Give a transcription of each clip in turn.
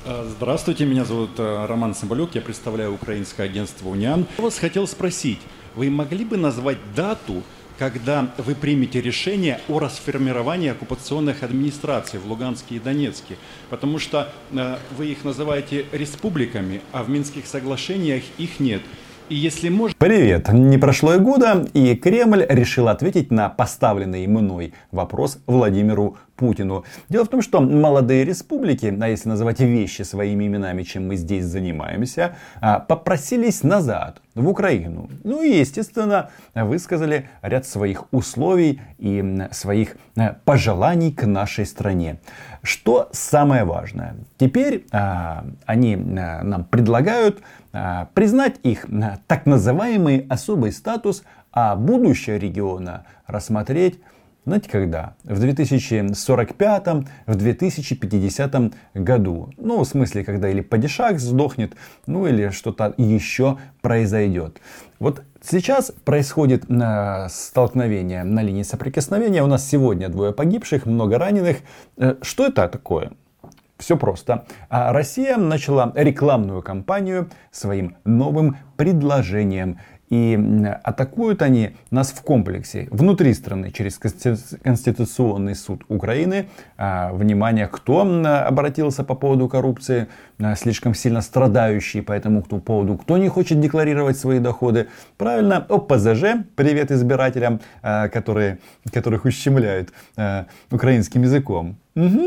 Здравствуйте, меня зовут Роман Самбалюк, я представляю украинское агентство «Униан». Я вас хотел спросить, вы могли бы назвать дату, когда вы примете решение о расформировании оккупационных администраций в Луганске и Донецке? Потому что вы их называете республиками, а в Минских соглашениях их нет. И если можно... Привет! Не прошло и года, и Кремль решил ответить на поставленный мной вопрос Владимиру Путину. Дело в том, что молодые республики, а если называть вещи своими именами, чем мы здесь занимаемся, попросились назад, в Украину. Ну и, естественно, высказали ряд своих условий и своих пожеланий к нашей стране. Что самое важное? Теперь они нам предлагают признать их так называемый особый статус, а будущее региона рассмотреть, знаете, когда? В 2045, в 2050 году. Ну, в смысле, когда или падишах сдохнет, ну или что-то еще произойдет. Вот сейчас происходит столкновение на линии соприкосновения. У нас сегодня 2 погибших, много раненых. Что это такое? Все просто. Россия начала рекламную кампанию своим новым предложением. И атакуют они нас в комплексе, внутри страны, через Конституционный суд Украины. Внимание, кто обратился по поводу коррупции, слишком сильно страдающий по этому поводу, кто не хочет декларировать свои доходы. Правильно, ОПЗЖ, привет избирателям, которых ущемляют украинским языком. Угу.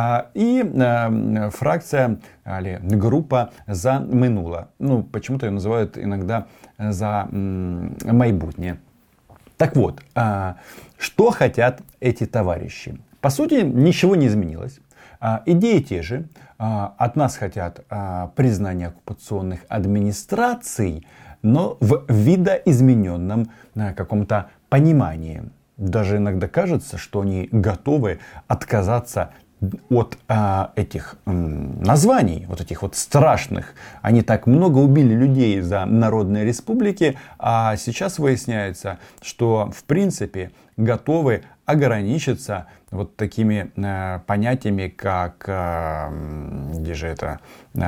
И фракция или группа «За минуле». Ну, почему-то ее называют иногда «За майбутнє». Так вот, что хотят эти товарищи? По сути, ничего не изменилось. Идеи те же. От нас хотят признания оккупационных администраций, но в видоизмененном каком-то понимании. Даже иногда кажется, что они готовы отказаться от этих названий, вот этих вот страшных. Они так много убили людей за народные республики, а сейчас выясняется, что в принципе готовы ограничиться вот такими понятиями, как где же это,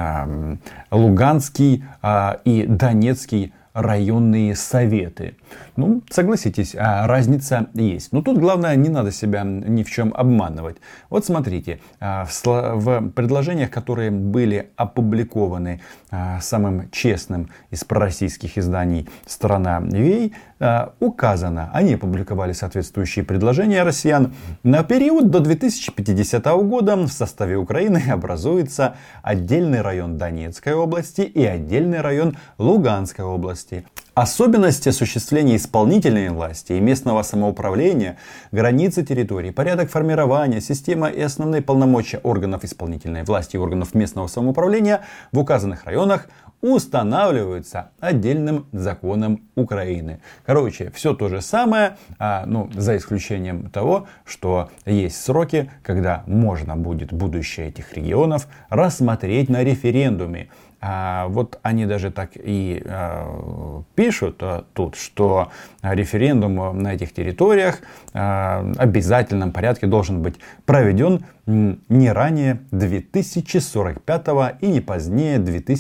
Луганский и Донецкий районные советы. Ну, согласитесь, разница есть. Но тут главное, не надо себя ни в чем обманывать. Вот смотрите, в предложениях, которые были опубликованы самым честным из пророссийских изданий «Страна Вей», указано, они опубликовали соответствующие предложения россиян. На период до 2050 года в составе Украины образуется отдельный район Донецкой области и отдельный район Луганской области. Особенности осуществления исполнительной власти и местного самоуправления, границы территорий, порядок формирования, система и основные полномочия органов исполнительной власти и органов местного самоуправления в указанных районах устанавливаются отдельным законом Украины. Короче, все то же самое, за исключением того, что есть сроки, когда можно будет будущее этих регионов рассмотреть на референдуме. Вот они даже так и пишут тут, что референдум на этих территориях в обязательном порядке должен быть проведен не ранее 2045 и не позднее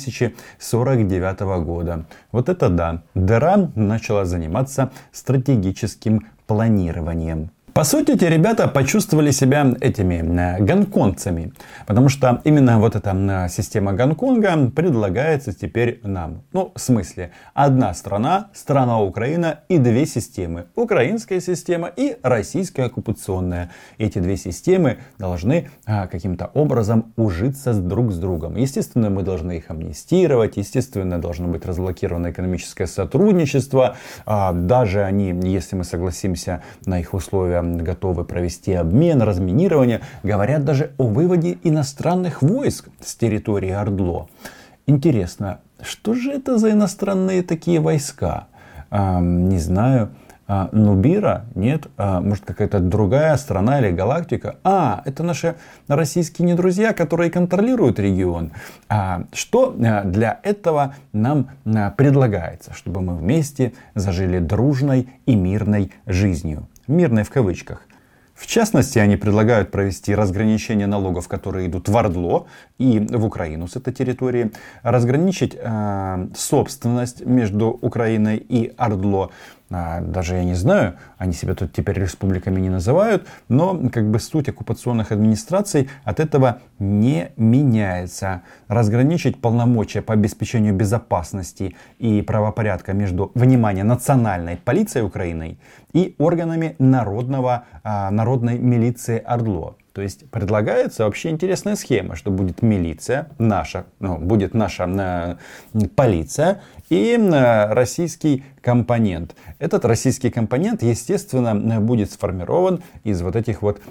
2049 года. Вот это да. Дыра начала заниматься стратегическим планированием. По сути, эти ребята почувствовали себя этими гонконгцами, потому что именно вот эта система Гонконга предлагается теперь нам. Ну, в смысле, одна страна, страна Украина и 2 системы. Украинская система и российская оккупационная. Эти 2 системы должны каким-то образом ужиться друг с другом. Естественно, мы должны их амнистировать, естественно, должно быть разблокировано экономическое сотрудничество. Даже они, если мы согласимся на их условия, готовы провести обмен, разминирование. Говорят даже о выводе иностранных войск с территории ОРДЛО. Интересно, что же это за иностранные такие войска? Не знаю. Нубира? Нет. Может, какая-то другая страна или галактика? Это наши российские недрузья, которые контролируют регион. Что для этого нам предлагается? Чтобы мы вместе зажили дружной и мирной жизнью. Мирной в кавычках. В частности, они предлагают провести разграничение налогов, которые идут в Ордло и в Украину с этой территории, разграничить собственность между Украиной и Ордло. Даже я не знаю, они себя тут теперь республиками не называют, но как бы суть оккупационных администраций от этого не меняется. Разграничить полномочия по обеспечению безопасности и правопорядка между, внимание, национальной полицией Украины и органами народной милиции Ордло. То есть предлагается вообще интересная схема, что будет милиция, будет наша полиция и российский компонент. Этот российский компонент, естественно, будет сформирован из вот этих вот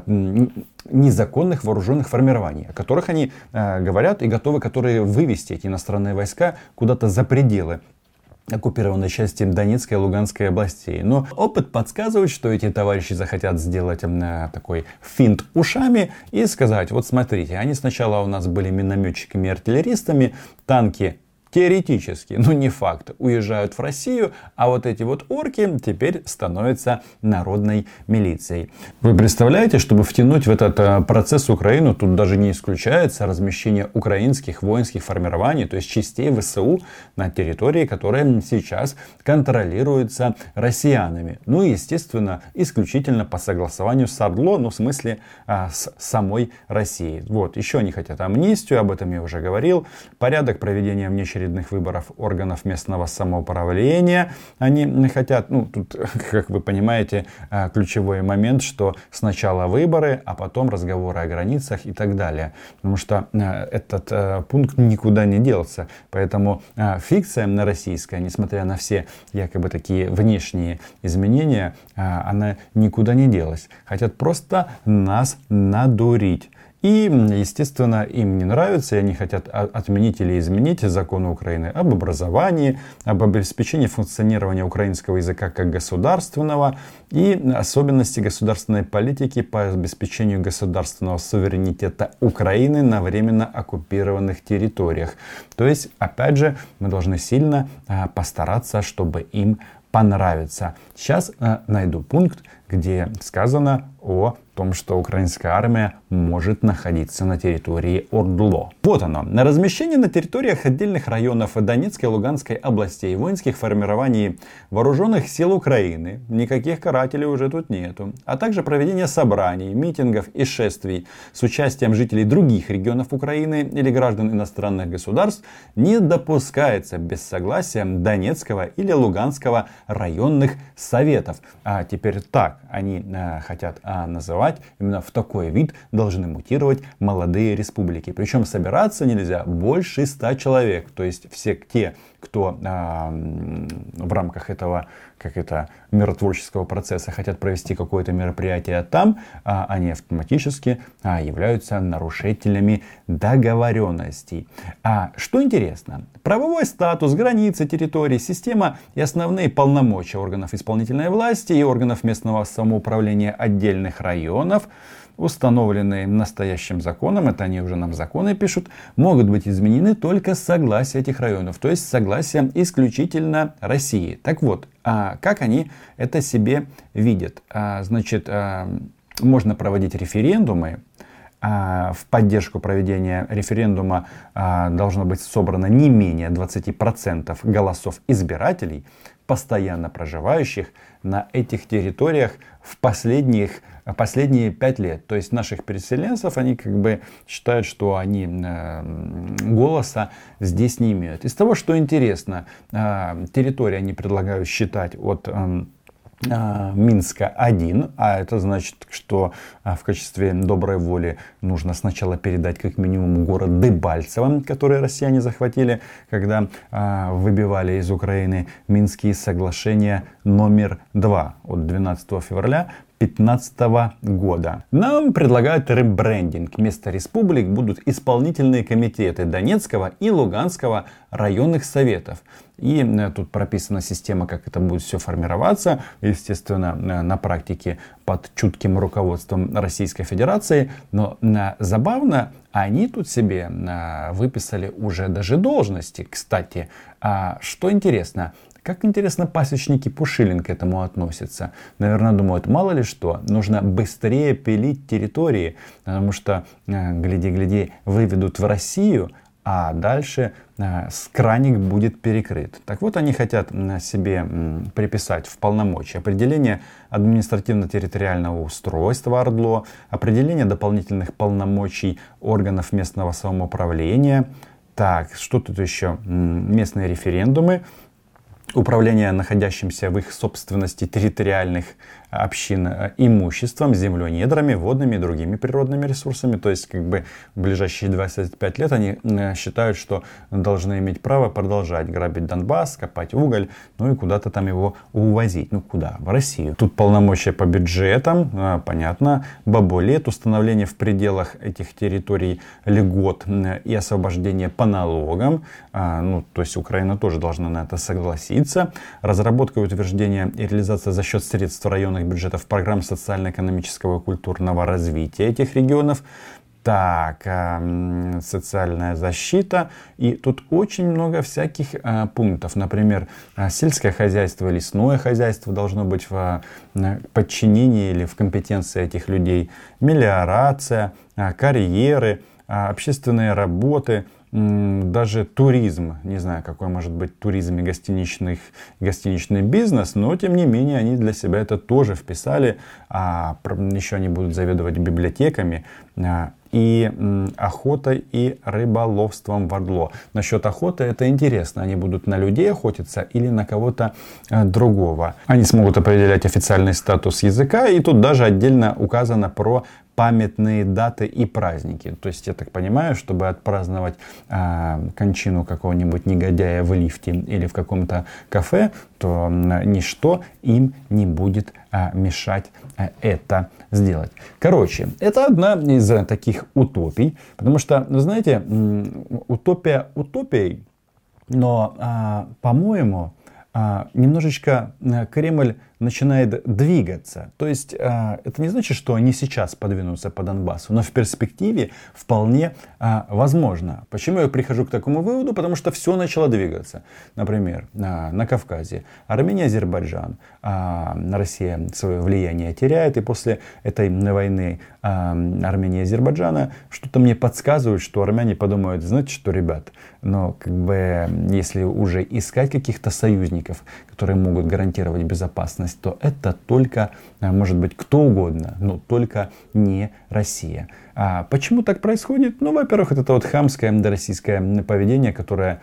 незаконных вооруженных формирований, о которых они говорят и готовы, которые вывести эти иностранные войска куда-то за пределы оккупированной части Донецкой и Луганской областей. Но опыт подсказывает, что эти товарищи захотят сделать такой финт ушами и сказать: вот смотрите, они сначала у нас были минометчиками и артиллеристами, танки теоретически, но не факт, уезжают в Россию, а вот эти вот орки теперь становятся народной милицией. Вы представляете, чтобы втянуть в этот процесс Украину, тут даже не исключается размещение украинских воинских формирований, то есть частей ВСУ на территории, которая сейчас контролируется россиянами. Ну и, естественно, исключительно по согласованию с Ордло, в смысле с самой Россией. Вот, еще они хотят амнистию, об этом я уже говорил, порядок проведения внеочередных выборов органов местного самоуправления. Они хотят, тут, как вы понимаете, ключевой момент, что сначала выборы, а потом разговоры о границах и так далее. Потому что этот пункт никуда не делся. Поэтому фикция российская, несмотря на все якобы такие внешние изменения, она никуда не делась. Хотят просто нас надурить. И, естественно, им не нравится, и они хотят отменить или изменить законы Украины об образовании, об обеспечении функционирования украинского языка как государственного и особенности государственной политики по обеспечению государственного суверенитета Украины на временно оккупированных территориях. То есть, опять же, мы должны сильно постараться, чтобы им понравиться. Сейчас найду пункт, где сказано о том, что украинская армия может находиться на территории Ордло. Вот оно. На размещение на территориях отдельных районов Донецкой и Луганской областей воинских формирований вооруженных сил Украины. Никаких карателей уже тут нету. А также проведение собраний, митингов и шествий с участием жителей других регионов Украины или граждан иностранных государств не допускается без согласия Донецкого или Луганского районных советов. А теперь так они хотят называть. Именно в такой вид должны мутировать молодые республики. Причем собираться нельзя больше 100 человек. То есть все те, кто в рамках этого миротворческого процесса хотят провести какое-то мероприятие там, они автоматически являются нарушителями договоренностей. Что интересно, правовой статус, границы территории, система и основные полномочия органов исполнительной власти и органов местного самоуправления отдельных районов, установленные настоящим законом, это они уже нам законы пишут, могут быть изменены только с согласия этих районов, то есть с согласия исключительно России. Так вот, как они это себе видят? Значит, можно проводить референдумы. В поддержку проведения референдума должно быть собрано не менее 20% голосов избирателей, постоянно проживающих на этих территориях в последние 5 лет. То есть наших переселенцев, они как бы считают, что они голоса здесь не имеют. Из того, что интересно, территории они предлагают считать от Минска 1, а это значит, что в качестве доброй воли нужно сначала передать как минимум город Дебальцево, который россияне захватили, когда выбивали из Украины Минские соглашения номер 2 от 12 февраля 2015 года. Нам предлагают ребрендинг. Вместо республик будут исполнительные комитеты Донецкого и Луганского районных советов. И тут прописана система, как это будет все формироваться. Естественно, на практике под чутким руководством Российской Федерации. Но забавно, они тут себе выписали уже даже должности. Кстати, что интересно, Как интересно, пасечники Пушилин к этому относятся. Наверное, думают, мало ли что, нужно быстрее пилить территории, потому что, гляди-гляди, выведут в Россию, а дальше краник будет перекрыт. Так вот, они хотят себе приписать в полномочия определение административно-территориального устройства ОРДЛО, определение дополнительных полномочий органов местного самоуправления. Так, что тут еще? Местные референдумы, управление находящимся в их собственности территориальных общин имуществом, землей, недрами, водными и другими природными ресурсами. То есть, как бы в ближайшие 25 лет они считают, что должны иметь право продолжать грабить Донбасс, копать уголь, ну и куда-то там его увозить. Ну куда? В Россию. Тут полномочия по бюджетам, понятно, баболет, установление в пределах этих территорий льгот и освобождение по налогам. Ну, то есть Украина тоже должна на это согласиться. Разработка и утверждение и реализация за счет средств районных бюджетов программ социально-экономического и культурного развития этих регионов. Так, социальная защита. И тут очень много всяких пунктов. Например, сельское хозяйство, лесное хозяйство должно быть в подчинении или в компетенции этих людей. Мелиорация, карьеры, общественные работы. Даже туризм, не знаю, какой может быть туризм и гостиничный бизнес, но тем не менее они для себя это тоже вписали. Еще они будут заведовать библиотеками и охотой и рыболовством в ОРДЛО. Насчет охоты это интересно, они будут на людей охотиться или на кого-то другого. Они смогут определять официальный статус языка, и тут даже отдельно указано про памятные даты и праздники. То есть, я так понимаю, чтобы отпраздновать кончину какого-нибудь негодяя в лифте или в каком-то кафе, то ничто им не будет мешать это сделать. Короче, это одна из таких утопий, потому что, знаете, утопия утопией, но, по-моему, немножечко Кремль начинает двигаться. То есть это не значит, что они сейчас подвинутся по Донбассу, но в перспективе вполне возможно. Почему я прихожу к такому выводу? Потому что все начало двигаться. Например, на Кавказе Армения, Азербайджан. Россия свое влияние теряет, и после этой войны Армении и Азербайджана что-то мне подсказывает, что армяне подумают, знаете что, ребят, но как бы если уже искать каких-то союзников, которые могут гарантировать безопасность, то это только, может быть, кто угодно, но только не Россия. А почему так происходит? Ну, во-первых, это вот хамское российское поведение, которое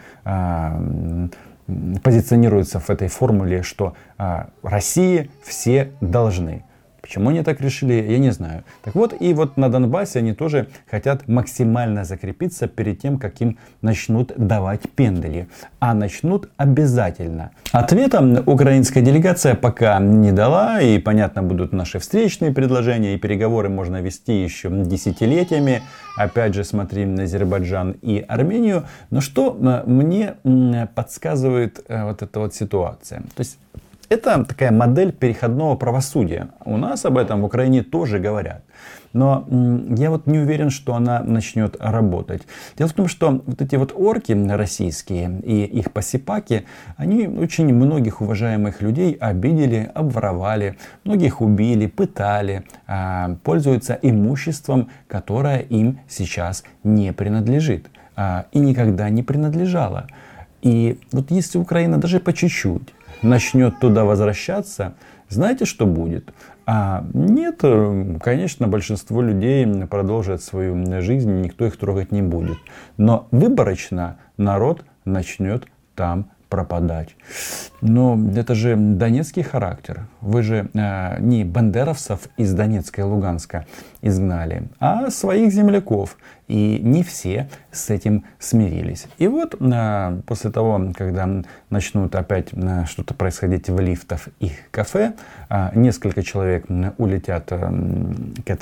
позиционируется в этой формуле, что России все должны. Почему они так решили, я не знаю. Так вот, и вот на Донбассе они тоже хотят максимально закрепиться перед тем, как им начнут давать пендали. А начнут обязательно. Ответа украинская делегация пока не дала. И, понятно, будут наши встречные предложения. И переговоры можно вести еще десятилетиями. Опять же, смотри на Азербайджан и Армению. Но что мне подсказывает вот эта вот ситуация? То есть, это такая модель переходного правосудия. У нас об этом в Украине тоже говорят. Но я вот не уверен, что она начнет работать. Дело в том, что вот эти вот орки российские и их посипаки, они очень многих уважаемых людей обидели, обворовали, многих убили, пытали, пользуются имуществом, которое им сейчас не принадлежит и никогда не принадлежало. И вот если Украина даже по чуть-чуть начнет туда возвращаться, знаете, что будет? Нет, конечно, большинство людей продолжит свою жизнь, никто их трогать не будет. Но выборочно народ начнет там пропадать. Но это же донецкий характер. Вы же не бандеровцев из Донецка и Луганска изгнали, а своих земляков. И не все с этим смирились. И вот после того, когда начнут опять что-то происходить в лифтах и кафе, несколько человек улетят к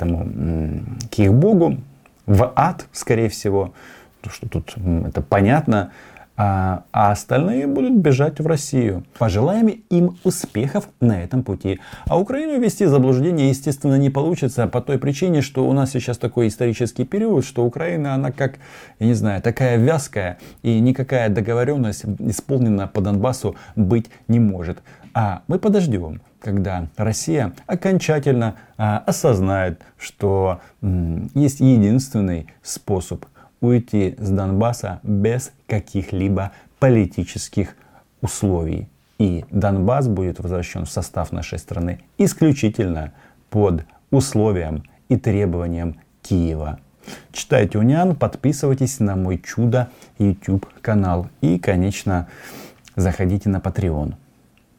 их богу, в ад, скорее всего. То, что тут это понятно. а остальные будут бежать в Россию. Пожелаем им успехов на этом пути. А Украину ввести в заблуждение, естественно, не получится по той причине, что у нас сейчас такой исторический период, что Украина, она как, я не знаю, такая вязкая, и никакая договоренность исполнена по Донбассу быть не может. А мы подождем, когда Россия окончательно осознает, что есть единственный способ уйти с Донбасса без каких-либо политических условий. И Донбасс будет возвращен в состав нашей страны исключительно под условием и требованием Киева. Читайте Униан, подписывайтесь на мой чудо YouTube канал и, конечно, заходите на Patreon.